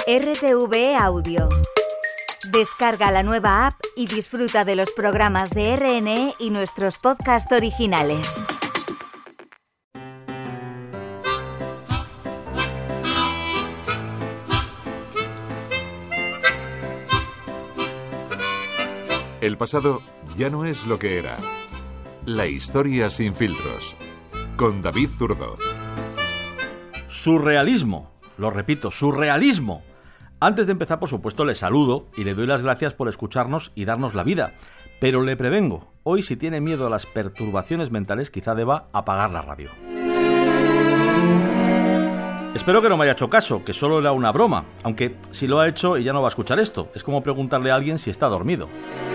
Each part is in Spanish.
RTV Audio. Descarga la nueva app y disfruta de los programas de RNE y nuestros podcasts originales. El pasado ya no es lo que era. La historia sin filtros. Con David Zurdo. Surrealismo. Lo repito, surrealismo. Antes de empezar, por supuesto, le saludo y le doy las gracias por escucharnos y darnos la vida. Pero le prevengo, hoy si tiene miedo a las perturbaciones mentales, quizá deba apagar la radio. Espero que no me haya hecho caso, que solo era una broma, aunque si lo ha hecho ella no va a escuchar esto. Es como preguntarle a alguien si está dormido.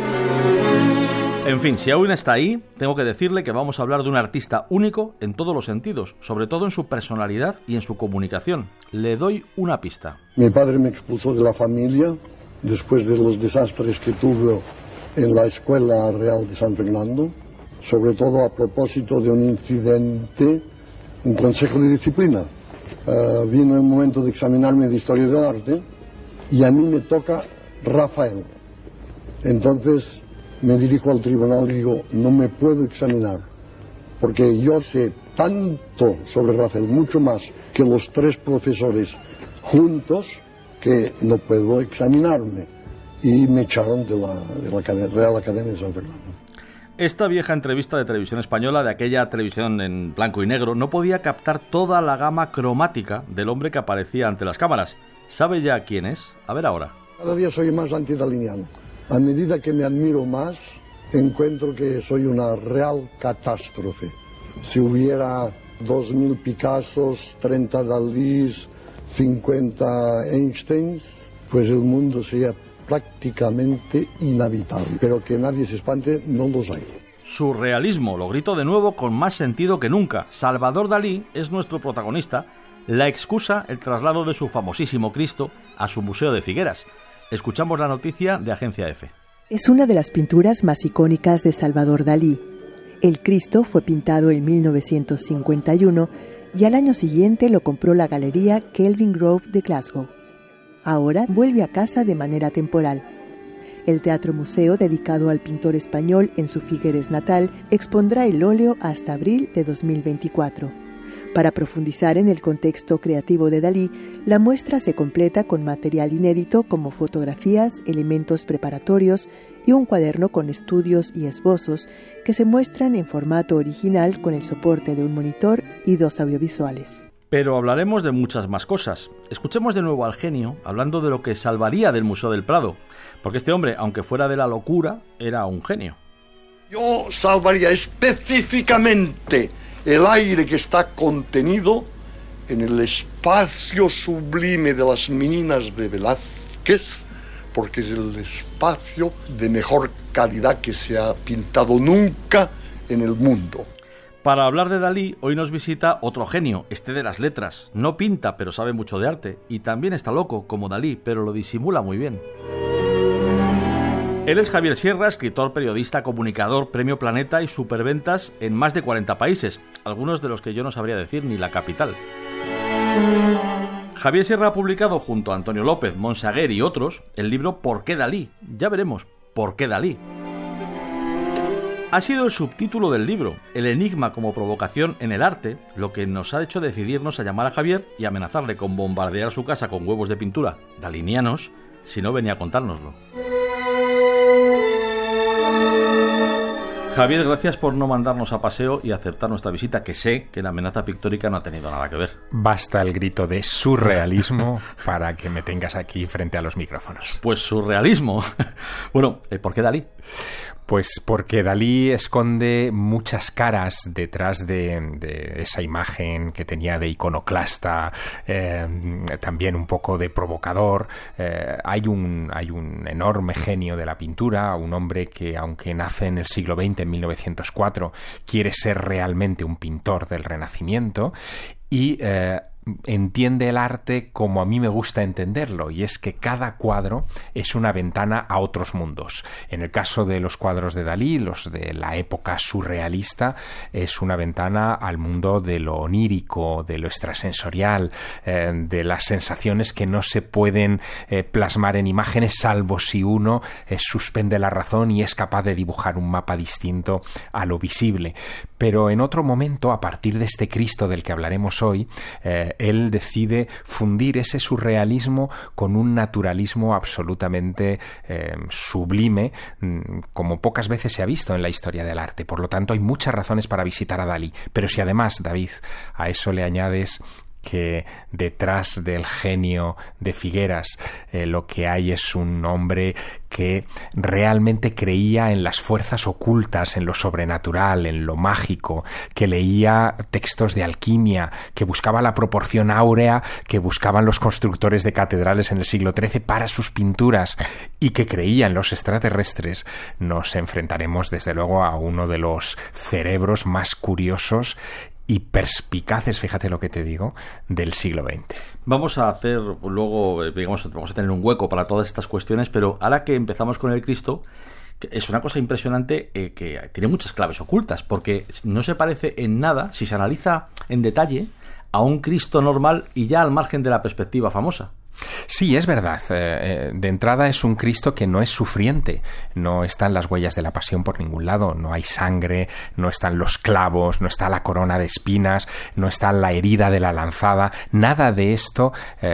En fin, si aún está ahí, tengo que decirle que vamos a hablar de un artista único en todos los sentidos, sobre todo en su personalidad y en su comunicación. Le doy una pista. Mi padre me expulsó de la familia después de los desastres que tuvo en la Escuela Real de San Fernando, sobre todo a propósito de un incidente, un consejo de disciplina. Vino el momento de examinarme de Historia del Arte y a mí me toca Rafael. Entonces me dirijo al tribunal y digo, no me puedo examinar, porque yo sé tanto sobre Rafael, mucho más que los tres profesores juntos, que no puedo examinarme. Y me echaron de la Real Academia de San Fernando. Esta vieja entrevista de Televisión Española, de aquella televisión en blanco y negro, no podía captar toda la gama cromática del hombre que aparecía ante las cámaras. ¿Sabe ya quién es? A ver ahora. Cada día soy más antidaliniano. A medida que me admiro más, encuentro que soy una real catástrofe. Si hubiera 2000 Picassos, 30 Dalís, 50 Einsteins, pues el mundo sería prácticamente inhabitable. Pero que nadie se espante, no los hay. Surrealismo, lo grito de nuevo con más sentido que nunca. Salvador Dalí es nuestro protagonista. La excusa, el traslado de su famosísimo Cristo a su Museo de Figueras. Escuchamos la noticia de Agencia EFE. Es una de las pinturas más icónicas de Salvador Dalí. El Cristo fue pintado en 1951 y al año siguiente lo compró la galería Kelvin Grove de Glasgow. Ahora vuelve a casa de manera temporal. El Teatro Museo, dedicado al pintor español en su Figueres natal, expondrá el óleo hasta abril de 2024. Para profundizar en el contexto creativo de Dalí, la muestra se completa con material inédito como fotografías, elementos preparatorios y un cuaderno con estudios y esbozos que se muestran en formato original con el soporte de un monitor y 2 audiovisuales. Pero hablaremos de muchas más cosas. Escuchemos de nuevo al genio hablando de lo que salvaría del Museo del Prado, porque este hombre, aunque fuera de la locura, era un genio. Yo salvaría específicamente el aire que está contenido en el espacio sublime de las Meninas de Velázquez, porque es el espacio de mejor calidad que se ha pintado nunca en el mundo. Para hablar de Dalí, hoy nos visita otro genio, este de las letras. No pinta, pero sabe mucho de arte. Y también está loco, como Dalí, pero lo disimula muy bien. Él es Javier Sierra, escritor, periodista, comunicador, Premio Planeta y superventas en más de 40 países, algunos de los que yo no sabría decir ni la capital. Javier Sierra ha publicado junto a Antonio López, Monsaguer y otros el libro ¿Por qué Dalí? Ya veremos, ¿por qué Dalí? Ha sido el subtítulo del libro, el enigma como provocación en el arte, lo que nos ha hecho decidirnos a llamar a Javier y amenazarle con bombardear su casa con huevos de pintura dalinianos si no venía a contárnoslo. Javier, gracias por no mandarnos a paseo y aceptar nuestra visita, que sé que la amenaza pictórica no ha tenido nada que ver. Basta el grito de surrealismo para que me tengas aquí frente a los micrófonos. Pues surrealismo. Bueno, ¿por qué Dalí? Pues porque Dalí esconde muchas caras detrás de esa imagen que tenía de iconoclasta, también un poco de provocador. Hay un enorme genio de la pintura, un hombre que, aunque nace en el siglo XX, en 1904, quiere ser realmente un pintor del Renacimiento y entiende el arte como a mí me gusta entenderlo, y es que cada cuadro es una ventana a otros mundos. En el caso de los cuadros de Dalí, los de la época surrealista, es una ventana al mundo de lo onírico, de lo extrasensorial, de las sensaciones que no se pueden plasmar en imágenes, salvo si uno suspende la razón y es capaz de dibujar un mapa distinto a lo visible. Pero en otro momento, a partir de este Cristo del que hablaremos hoy, él decide fundir ese surrealismo con un naturalismo absolutamente sublime, como pocas veces se ha visto en la historia del arte. Por lo tanto, hay muchas razones para visitar a Dalí. Pero si además, David, a eso le añades que detrás del genio de Figueras lo que hay es un hombre que realmente creía en las fuerzas ocultas, en lo sobrenatural, en lo mágico, que leía textos de alquimia, que buscaba la proporción áurea que buscaban los constructores de catedrales en el siglo XIII para sus pinturas, y que creía en los extraterrestres, nos enfrentaremos desde luego a uno de los cerebros más curiosos y perspicaces, fíjate lo que te digo, del siglo XX. Vamos a hacer luego, digamos, vamos a tener un hueco para todas estas cuestiones, pero ahora que empezamos con el Cristo, es una cosa impresionante que tiene muchas claves ocultas, porque no se parece en nada, si se analiza en detalle, a un Cristo normal y ya al margen de la perspectiva famosa. Sí, es verdad. De entrada es un Cristo que no es sufriente, no están las huellas de la pasión por ningún lado, no hay sangre, no están los clavos, no está la corona de espinas, no está la herida de la lanzada, nada de esto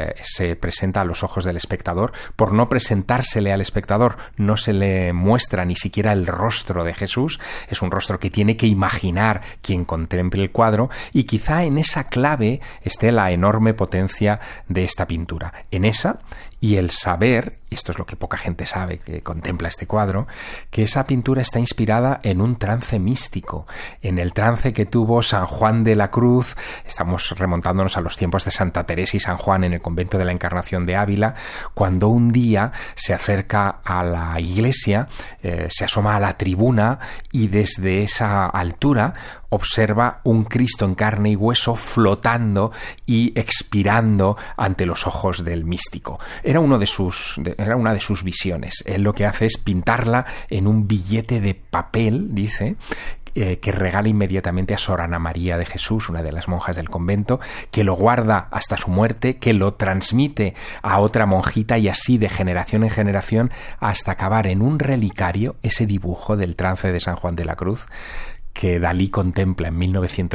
se presenta a los ojos del espectador. Por no presentársele al espectador no se le muestra ni siquiera el rostro de Jesús, es un rostro que tiene que imaginar quien contemple el cuadro, y quizá en esa clave esté la enorme potencia de esta pintura. En esa, y el saber, y esto es lo que poca gente sabe que contempla este cuadro, que esa pintura está inspirada en un trance místico, en el trance que tuvo San Juan de la Cruz. Estamos remontándonos a los tiempos de Santa Teresa y San Juan en el convento de la Encarnación de Ávila, cuando un día se acerca a la iglesia, se asoma a la tribuna y desde esa altura observa un Cristo en carne y hueso flotando y expirando ante los ojos del místico. Era una de sus visiones. Él lo que hace es pintarla en un billete de papel, dice, que regala inmediatamente a Sor Ana María de Jesús, una de las monjas del convento, que lo guarda hasta su muerte, que lo transmite a otra monjita, y así de generación en generación hasta acabar en un relicario ese dibujo del trance de San Juan de la Cruz que Dalí contempla en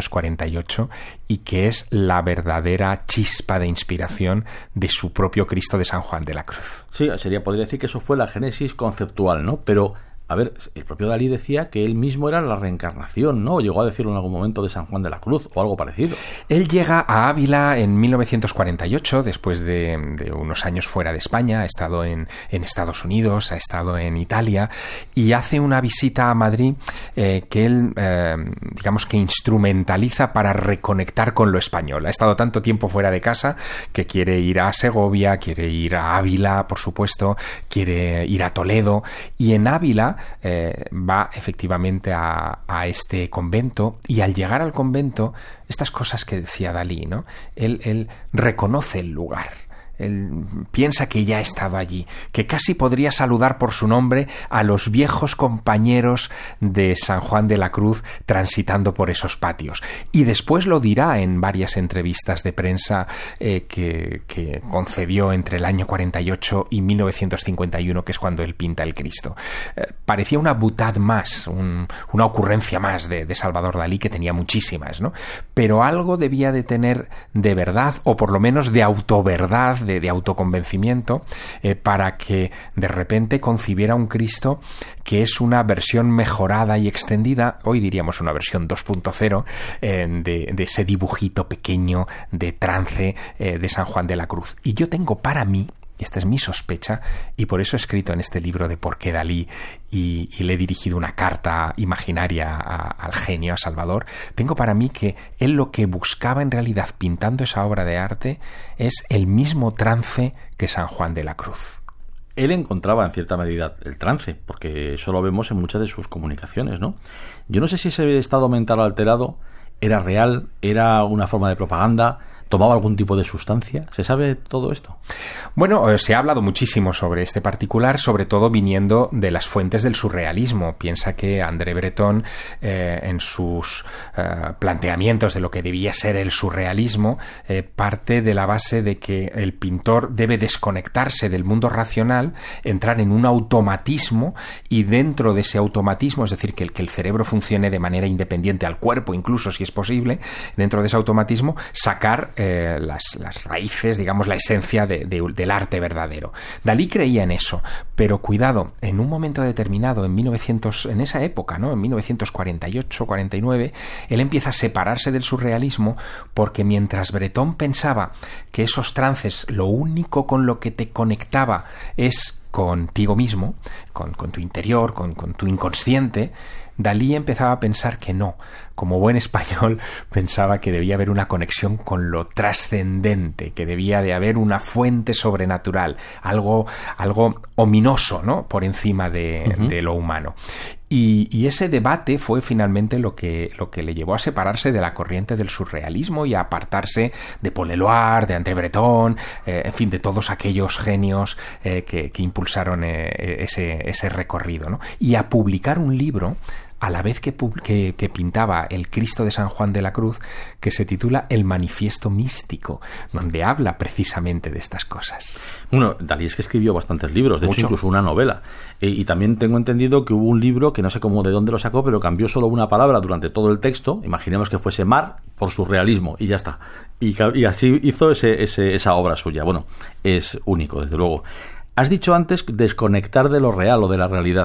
1948 y que es la verdadera chispa de inspiración de su propio Cristo de San Juan de la Cruz. Sí, podría decir que eso fue la génesis conceptual, ¿no? Pero, a ver, el propio Dalí decía que él mismo era la reencarnación, ¿no? Llegó a decirlo en algún momento de San Juan de la Cruz o algo parecido. Él llega a Ávila en 1948, después de unos años fuera de España. Ha estado en Estados Unidos, ha estado en Italia, y hace una visita a Madrid que él, digamos que instrumentaliza para reconectar con lo español. Ha estado tanto tiempo fuera de casa que quiere ir a Segovia, quiere ir a Ávila, por supuesto, quiere ir a Toledo, y en Ávila va efectivamente a este convento, y al llegar al convento, estas cosas que decía Dalí, ¿no? Él reconoce el lugar. Él piensa que ya ha estado allí, que casi podría saludar por su nombre a los viejos compañeros de San Juan de la Cruz transitando por esos patios. Y después lo dirá en varias entrevistas de prensa que concedió entre el año 48 y 1951, que es cuando él pinta el Cristo. Parecía una boutade más, una ocurrencia más de Salvador Dalí, que tenía muchísimas, ¿no? Pero algo debía de tener de verdad, o por lo menos de autoverdad, de autoconvencimiento, para que de repente concibiera un Cristo que es una versión mejorada y extendida, hoy diríamos una versión 2.0, de ese dibujito pequeño de trance de San Juan de la Cruz. Y yo tengo para mí, y esta es mi sospecha, y por eso he escrito en este libro de Por qué Dalí, y le he dirigido una carta imaginaria al genio, a Salvador, tengo para mí que él lo que buscaba en realidad pintando esa obra de arte es el mismo trance que San Juan de la Cruz. Él encontraba en cierta medida el trance, porque eso lo vemos en muchas de sus comunicaciones, ¿no? Yo no sé si ese estado mental alterado era real, era una forma de propaganda, ¿Tomaba algún tipo de sustancia? ¿Se sabe todo esto? Bueno, se ha hablado muchísimo sobre este particular, sobre todo viniendo de las fuentes del surrealismo. Piensa que André Breton, en sus planteamientos de lo que debía ser el surrealismo, parte de la base de que el pintor debe desconectarse del mundo racional, entrar en un automatismo, y dentro de ese automatismo, es decir, que el cerebro funcione de manera independiente al cuerpo, incluso si es posible, dentro de ese automatismo sacar las raíces, digamos, la esencia del arte verdadero. Dalí creía en eso, pero cuidado, en un momento determinado, en esa época, ¿no? En 1948, 49, él empieza a separarse del surrealismo, porque mientras Breton pensaba que esos trances, lo único con lo que te conectaba es contigo mismo, con tu interior, con tu inconsciente, Dalí empezaba a pensar que no. Como buen español, pensaba que debía haber una conexión con lo trascendente, que debía de haber una fuente sobrenatural, algo ominoso, ¿no?, por encima de lo humano. Y ese debate fue finalmente lo que le llevó a separarse de la corriente del surrealismo y a apartarse de Paul Éluard, de André Breton, en fin, de todos aquellos genios que impulsaron ese recorrido, ¿no? Y a publicar un libro a la vez que pintaba el Cristo de San Juan de la Cruz, que se titula El Manifiesto Místico, donde habla precisamente de estas cosas. Bueno, Dalí es que escribió bastantes libros, de hecho incluso una novela. Y también tengo entendido que hubo un libro que no sé cómo de dónde lo sacó, pero cambió solo una palabra durante todo el texto. Imaginemos que fuese mar por surrealismo y ya está. Y así hizo esa obra suya. Bueno, es único, desde luego. Has dicho antes desconectar de lo real o de la realidad.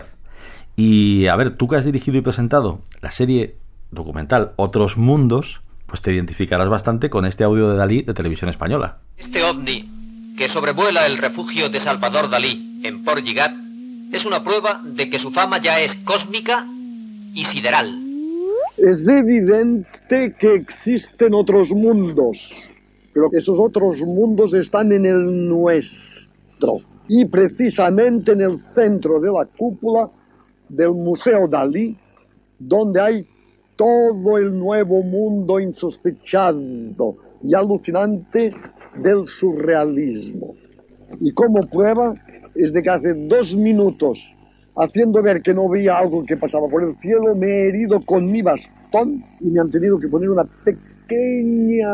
Y a ver, tú que has dirigido y presentado la serie documental Otros Mundos, pues te identificarás bastante con este audio de Dalí de Televisión Española. Este ovni que sobrevuela el refugio de Salvador Dalí en Port Lligat es una prueba de que su fama ya es cósmica y sideral. Es evidente que existen otros mundos, pero que esos otros mundos están en el nuestro. Y precisamente en el centro de la cúpula del Museo Dalí, donde hay todo el nuevo mundo insospechado y alucinante del surrealismo. Y como prueba es de que hace 2 minutos, haciendo ver que no veía algo que pasaba por el cielo, me he herido con mi bastón y me han tenido que poner una pequeña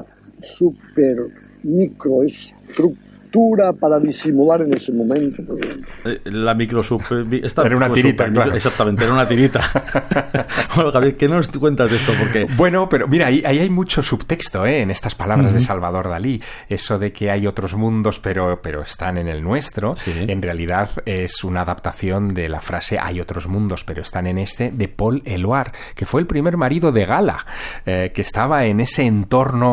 super microestructura para disimular en ese momento. La era una tirita, claro. Exactamente, era una tirita. Bueno, Javier, ¿qué nos cuentas de esto? Porque... Bueno, pero mira, ahí hay mucho subtexto en estas palabras de Salvador Dalí. Eso de que hay otros mundos, pero están en el nuestro, sí. En realidad es una adaptación de la frase hay otros mundos, pero están en este, de Paul Éluard, que fue el primer marido de Gala, que estaba en ese entorno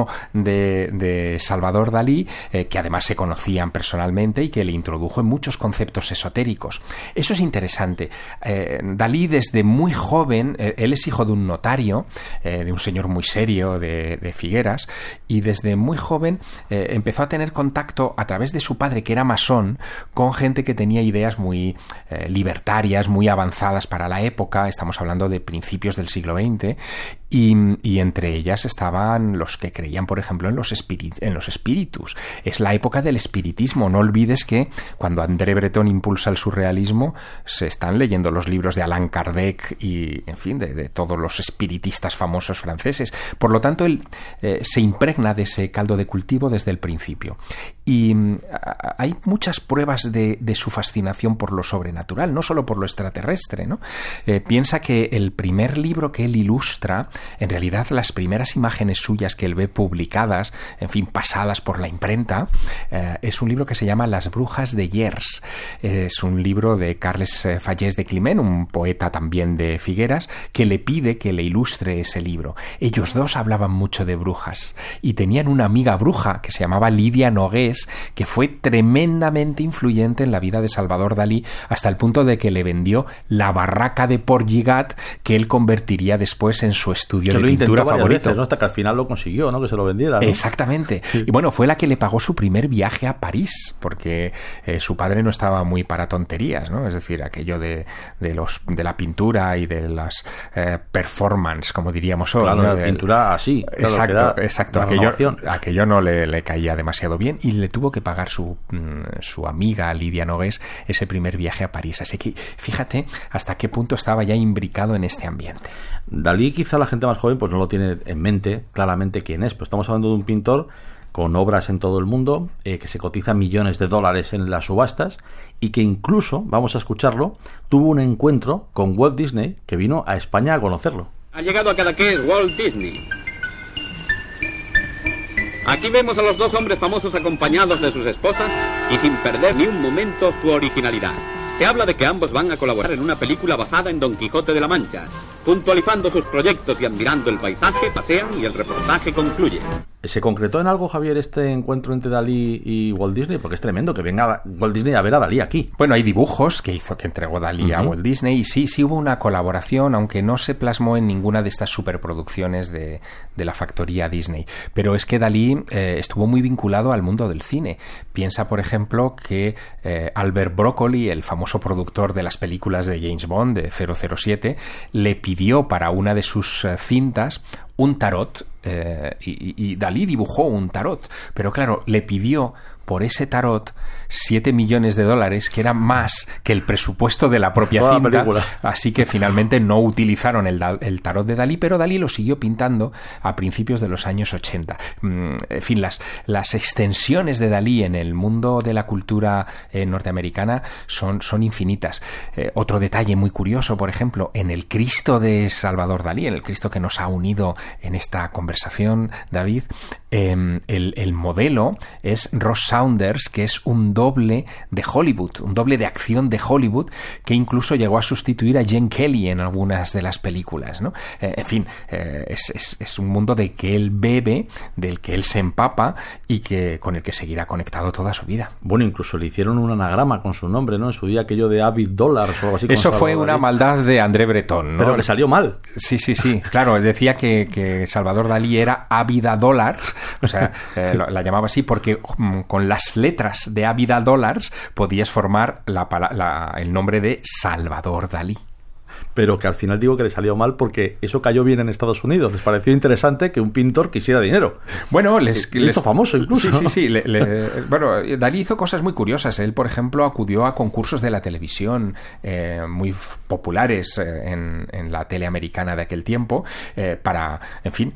de Salvador Dalí, que además se conocía personalmente y que le introdujo en muchos conceptos esotéricos. Eso es interesante. Dalí desde muy joven, él es hijo de un notario, de un señor muy serio de Figueras, y desde muy joven empezó a tener contacto a través de su padre, que era masón, con gente que tenía ideas muy libertarias, muy avanzadas para la época. Estamos hablando de principios del siglo XX, y entre ellas estaban los que creían, por ejemplo, en los espíritus. Es la época del espiritismo. No olvides que cuando André Breton impulsa el surrealismo, se están leyendo los libros de Allan Kardec y, en fin, de todos los espiritistas famosos franceses. Por lo tanto, él se impregna de ese caldo de cultivo desde el principio. Y hay muchas pruebas de su fascinación por lo sobrenatural, no solo por lo extraterrestre, ¿no? Piensa que el primer libro que él ilustra, en realidad las primeras imágenes suyas que él ve publicadas, en fin, pasadas por la imprenta, es un libro que se llama Las brujas de Llers. Es un libro de Carles Fallés de Climent, un poeta también de Figueras, que le pide que le ilustre ese libro. Ellos dos hablaban mucho de brujas y tenían una amiga bruja que se llamaba Lidia Nogués, inglés que fue tremendamente influyente en la vida de Salvador Dalí, hasta el punto de que le vendió la barraca de Port Lligat, que él convertiría después en su estudio de pintura favorito. Veces, ¿no? Hasta que al final lo consiguió, ¿no? Que se lo vendiera, ¿no? Exactamente. Sí. Y bueno, fue la que le pagó su primer viaje a París, porque su padre no estaba muy para tonterías, ¿no? Es decir, aquello de la pintura y de las performance, como diríamos hoy. Claro, ¿no? de pintura así. Claro, exacto. Aquello no le caía demasiado bien y le tuvo que pagar su amiga Lidia Nogués ese primer viaje a París. Así que fíjate hasta qué punto estaba ya imbricado en este ambiente. Dalí, quizá la gente más joven pues no lo tiene en mente claramente quién es, pero estamos hablando de un pintor con obras en todo el mundo, que se cotiza millones de dólares en las subastas y que incluso, vamos a escucharlo, tuvo un encuentro con Walt Disney, que vino a España a conocerlo. Ha llegado a Cadaqués Walt Disney. Aquí vemos a los dos hombres famosos acompañados de sus esposas y sin perder ni un momento su originalidad. Se habla de que ambos van a colaborar en una película basada en Don Quijote de la Mancha. Puntualizando sus proyectos y admirando el paisaje, pasean y el reportaje concluye. ¿Se concretó en algo, Javier, este encuentro entre Dalí y Walt Disney? Porque es tremendo que venga Walt Disney a ver a Dalí aquí. Bueno, hay dibujos que entregó Dalí a Walt Disney y sí hubo una colaboración, aunque no se plasmó en ninguna de estas superproducciones de la factoría Disney. Pero es que Dalí estuvo muy vinculado al mundo del cine. Piensa, por ejemplo, que Albert Broccoli, el famoso productor de las películas de James Bond, de 007, le pidió para una de sus cintas un tarot, y Dalí dibujó un tarot, pero claro, le pidió por ese tarot $7 millones, que era más que el presupuesto de la propia cinta, así que finalmente no utilizaron el tarot de Dalí, pero Dalí lo siguió pintando a principios de los años 80. En fin, las extensiones de Dalí en el mundo de la cultura norteamericana son infinitas. Otro detalle muy curioso, por ejemplo, en el Cristo de Salvador Dalí, en el Cristo que nos ha unido en esta conversación, David, el modelo es Ross Saunders, que es un doble de Hollywood, un doble de acción de Hollywood, que incluso llegó a sustituir a Gene Kelly en algunas de las películas, ¿no? En fin, es un mundo de que él bebe, del que él se empapa y con el que seguirá conectado toda su vida. Bueno, incluso le hicieron un anagrama con su nombre, ¿no? En su día aquello de Avid Dollars o algo así. Eso fue una maldad de André Breton, ¿no? Pero le salió mal. Sí. Claro, decía que Salvador Dalí era Ávida Dollars, o sea, la llamaba así porque con las letras de Ávida Dollars podías formar el nombre de Salvador Dalí. Pero que al final digo que le salió mal porque eso cayó bien en Estados Unidos. Les pareció interesante que un pintor quisiera dinero. Bueno, le hizo famoso incluso. Sí. Bueno, Dalí hizo cosas muy curiosas. Él, por ejemplo, acudió a concursos de la televisión muy populares en la tele americana de aquel tiempo para, en fin,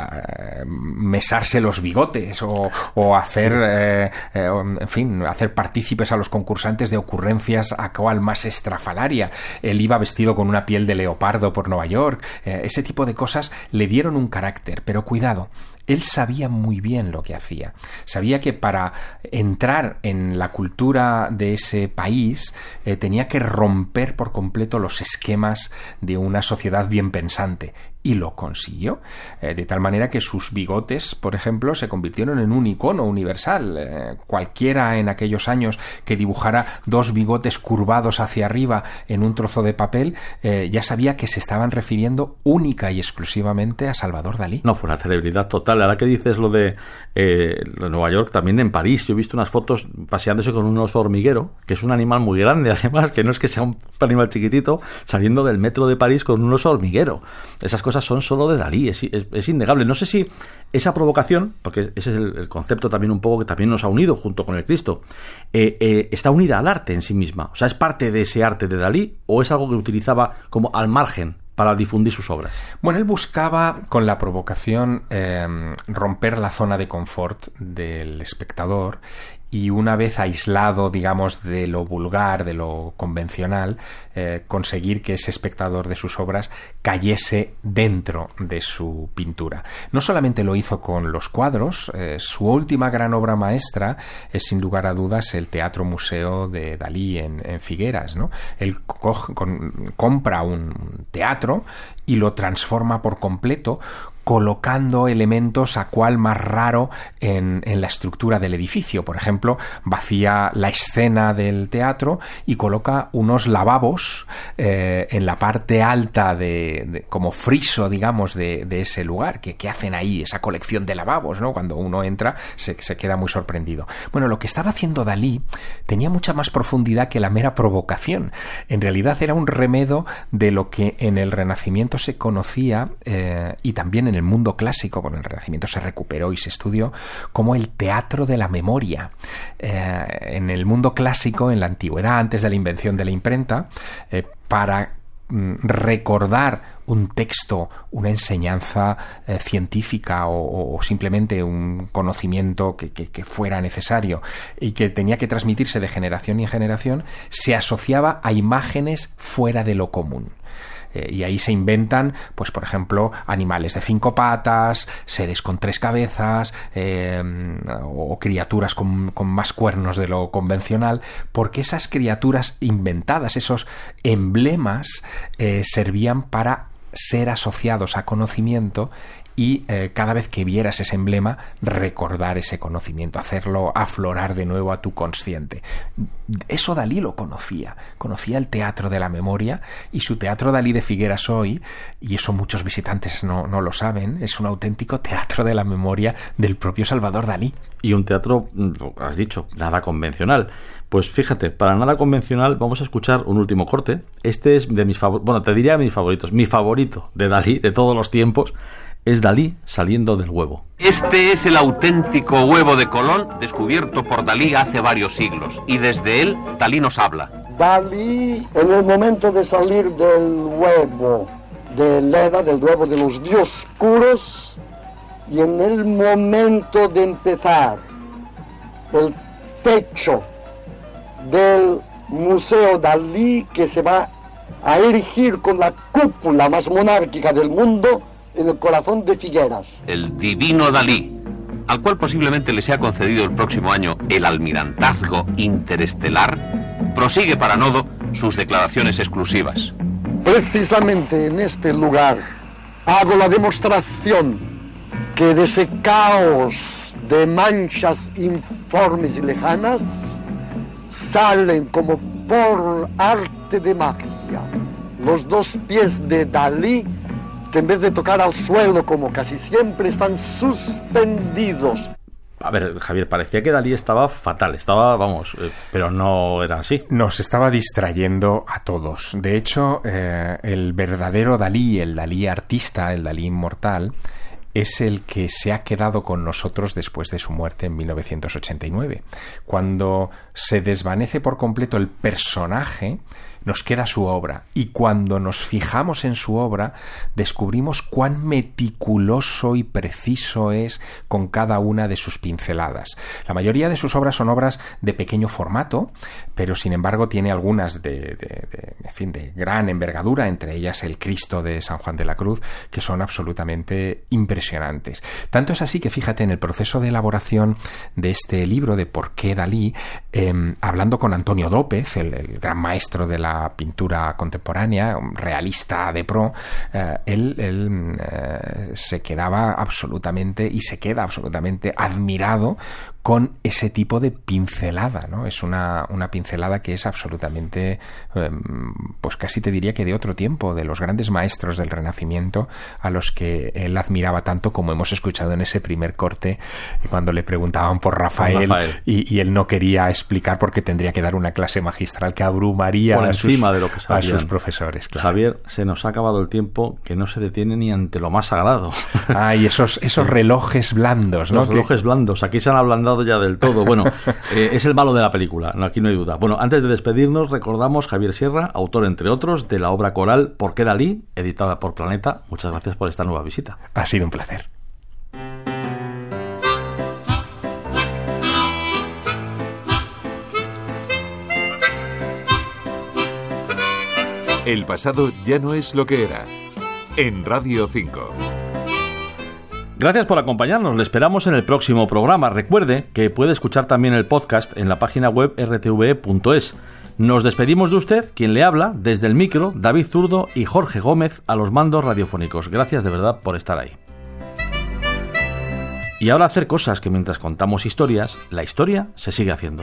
mesarse los bigotes o hacer, en fin, hacer partícipes a los concursantes de ocurrencias a cual más estrafalaria. Él iba vestido con una piel de leopardo por Nueva York. Ese tipo de cosas le dieron un carácter, pero cuidado, él sabía muy bien lo que hacía. Sabía que para entrar en la cultura de ese país tenía que romper por completo los esquemas de una sociedad bien pensante. Y lo consiguió, de tal manera que sus bigotes, por ejemplo, se convirtieron en un icono universal. Cualquiera en aquellos años que dibujara dos bigotes curvados hacia arriba en un trozo de papel, ya sabía que se estaban refiriendo única y exclusivamente a Salvador Dalí. No, fue una celebridad total. Ahora que dices lo de Nueva York, también en París, yo he visto unas fotos paseándose con un oso hormiguero, que es un animal muy grande, además, que no es que sea un animal chiquitito, saliendo del metro de París con un oso hormiguero. Esas cosas son solo de Dalí, es innegable. No sé si esa provocación, porque ese es el concepto también un poco que también nos ha unido junto con el Cristo, está unida al arte en sí misma. O sea, ¿es parte de ese arte de Dalí o es algo que utilizaba como al margen para difundir sus obras? Bueno, él buscaba con la provocación romper la zona de confort del espectador y una vez aislado, digamos, de lo vulgar, de lo convencional, conseguir que ese espectador de sus obras cayese dentro de su pintura. No solamente lo hizo con los cuadros, su última gran obra maestra es sin lugar a dudas el Teatro Museo de Dalí en Figueras, ¿no? Él compra un teatro y lo transforma por completo colocando elementos a cual más raro en la estructura del edificio. Por ejemplo, vacía la escena del teatro y coloca unos lavabos en la parte alta como friso, digamos, de ese lugar. ¿Qué hacen ahí? Esa colección de lavabos, ¿no? Cuando uno entra se queda muy sorprendido. Bueno, lo que estaba haciendo Dalí tenía mucha más profundidad que la mera provocación. En realidad era un remedo de lo que en el Renacimiento se conocía y también en el mundo clásico, con el Renacimiento se recuperó y se estudió, como el teatro de la memoria. En el mundo clásico, en la antigüedad, antes de la invención de la imprenta, para recordar un texto, una enseñanza científica o simplemente un conocimiento que fuera necesario y que tenía que transmitirse de generación en generación, se asociaba a imágenes fuera de lo común. Y ahí se inventan, pues por ejemplo, animales de 5 patas, seres con 3 cabezas, o criaturas con más cuernos de lo convencional, porque esas criaturas inventadas, esos emblemas, servían para ser asociados a conocimiento y cada vez que vieras ese emblema, recordar ese conocimiento, hacerlo aflorar de nuevo a tu consciente. Eso Dalí lo conocía el teatro de la memoria, y su teatro Dalí de Figueras hoy, y eso muchos visitantes no lo saben, es un auténtico teatro de la memoria del propio Salvador Dalí. Y un teatro, has dicho, nada convencional. Pues fíjate, para nada convencional vamos a escuchar un último corte. Este es de mis favoritos, bueno, te diría mis favoritos. Mi favorito de Dalí de todos los tiempos es Dalí saliendo del huevo. Este es el auténtico huevo de Colón, descubierto por Dalí hace varios siglos, y desde él Dalí nos habla. Dalí, en el momento de salir del huevo de Leda, del huevo de los dioscuros, y en el momento de empezar el techo del Museo Dalí, que se va a erigir con la cúpula más monárquica del mundo en el corazón de Figueras. El divino Dalí, al cual posiblemente le sea concedido el próximo año el almirantazgo interestelar, prosigue para Nodo sus declaraciones exclusivas. Precisamente en este lugar hago la demostración que de ese caos de manchas informes y lejanas salen como por arte de magia los 2 pies de Dalí, que en vez de tocar al suelo como casi siempre están suspendidos. A ver, Javier, parecía que Dalí estaba fatal, pero no era así. Nos estaba distrayendo a todos. De hecho, el verdadero Dalí, el Dalí artista, el Dalí inmortal, es el que se ha quedado con nosotros después de su muerte en 1989. Cuando se desvanece por completo el personaje, nos queda su obra, y cuando nos fijamos en su obra descubrimos cuán meticuloso y preciso es con cada una de sus pinceladas. La mayoría de sus obras son obras de pequeño formato, pero sin embargo tiene algunas de gran envergadura, entre ellas el Cristo de San Juan de la Cruz, que son absolutamente impresionantes. Tanto es así que fíjate, en el proceso de elaboración de este libro de ¿Por qué Dalí?, hablando con Antonio Dópez, el gran maestro de la pintura contemporánea, un realista de pro, él se quedaba absolutamente, y se queda absolutamente admirado con ese tipo de pincelada, ¿no? Es una pincelada que es absolutamente, pues casi te diría que de otro tiempo, de los grandes maestros del Renacimiento a los que él admiraba tanto, como hemos escuchado en ese primer corte, cuando le preguntaban por Rafael. Y él no quería explicar porque tendría que dar una clase magistral que abrumaría por encima de lo que a sus profesores. Claro. Javier, se nos ha acabado el tiempo, que no se detiene ni ante lo más sagrado. Y esos relojes blandos, ¿no? Los relojes blandos, aquí se han ablandado ya del todo. Bueno, es el malo de la película, aquí no hay duda. Bueno, antes de despedirnos, recordamos Javier Sierra, autor entre otros de la obra coral ¿Por qué Dalí?, editada por Planeta. Muchas gracias por esta nueva visita. Ha sido un placer. El pasado ya no es lo que era. En Radio 5. Gracias por acompañarnos, le esperamos en el próximo programa. Recuerde que puede escuchar también el podcast en la página web rtve.es. Nos despedimos de usted, quien le habla, desde el micro, David Zurdo y Jorge Gómez a los mandos radiofónicos. Gracias de verdad por estar ahí. Y ahora hacer cosas que mientras contamos historias, la historia se sigue haciendo.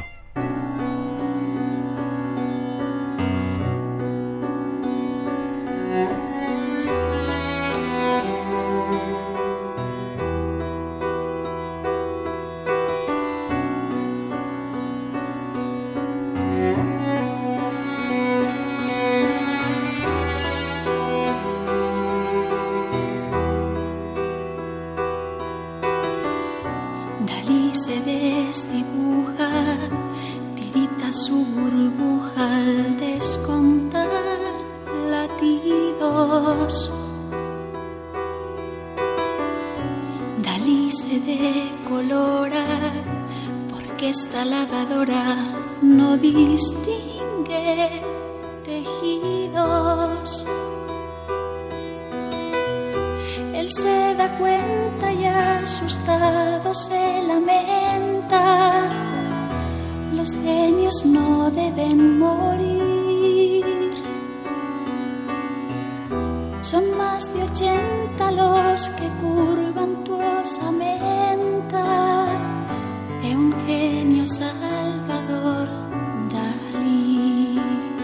Dalí se desdibuja, tirita su burbuja al descontar latidos. Dalí se decolora porque esta lavadora no distingue tejidos. Él se da cuenta y asustado se lamenta. Los genios no deben morir. Son más de 80 los que curvan tu osamenta. Es un genio Salvador Dalí.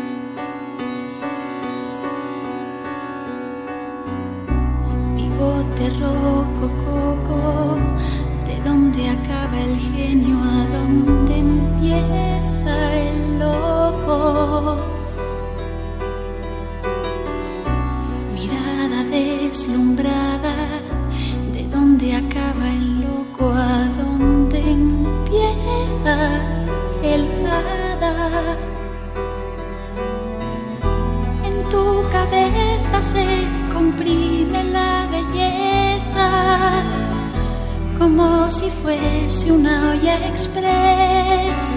Bigote rocococo, ¿de dónde acaba el genio? ¿A dónde empieza el loco? Mirada deslumbrada, ¿de dónde acaba el loco? ¿A dónde empieza el hada? En tu cabeza se comprime la belleza como si fuese una olla express.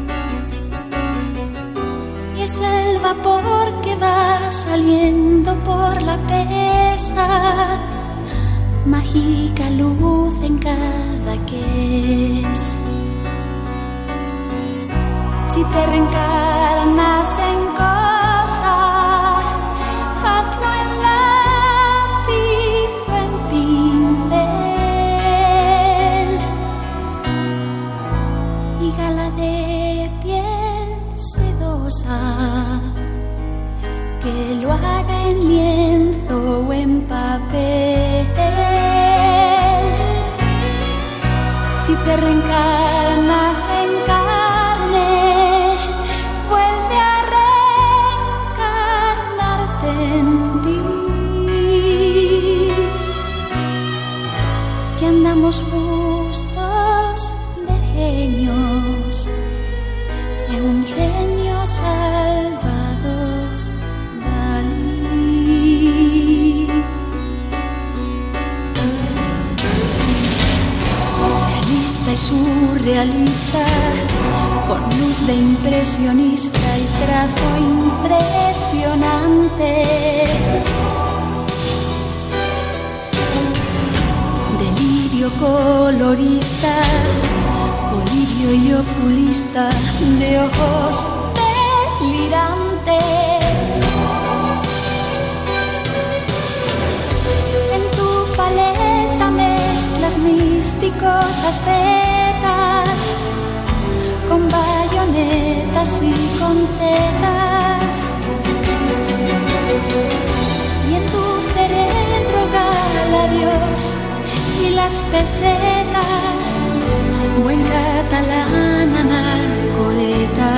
Y es el vapor que va saliendo por la pesa, mágica luz en cada ques. Si te reencarnas en cosa, hazlo en lápiz o en pincel, y gala de piel sedosa, que lo haga en lienzo o en papel. Si te reencarnas en carne, vuelve a reencarnarte en ti, que andamos justos de genios, de un genio Salvador Dalí. Realista y surrealista, con luz de impresionista y trazo impresionante. Delirio colorista, colirio y oculista, de ojos delirantes. En tu paleta mezclas místicos ascetas, con bayonetas y con tetas. Y en tu cerebro gala Dios y las pesetas, buen catalán anacoreta.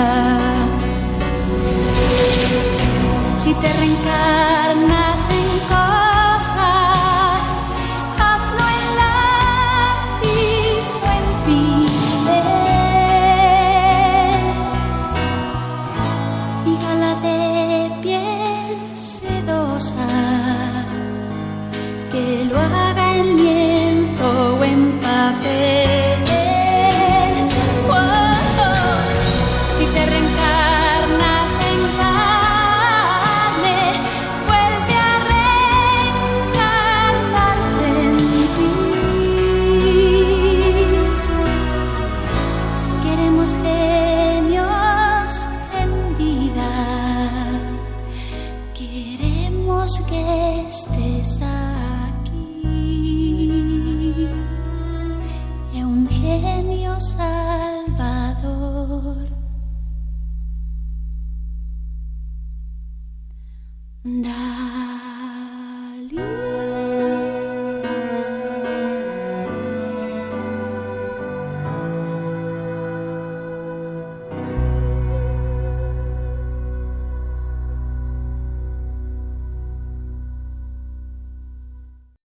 Si te reencarnas en cosa, hazlo en lápiz o en pincel, y gala de piel sedosa, que lo haga en lienzo o en papel. Da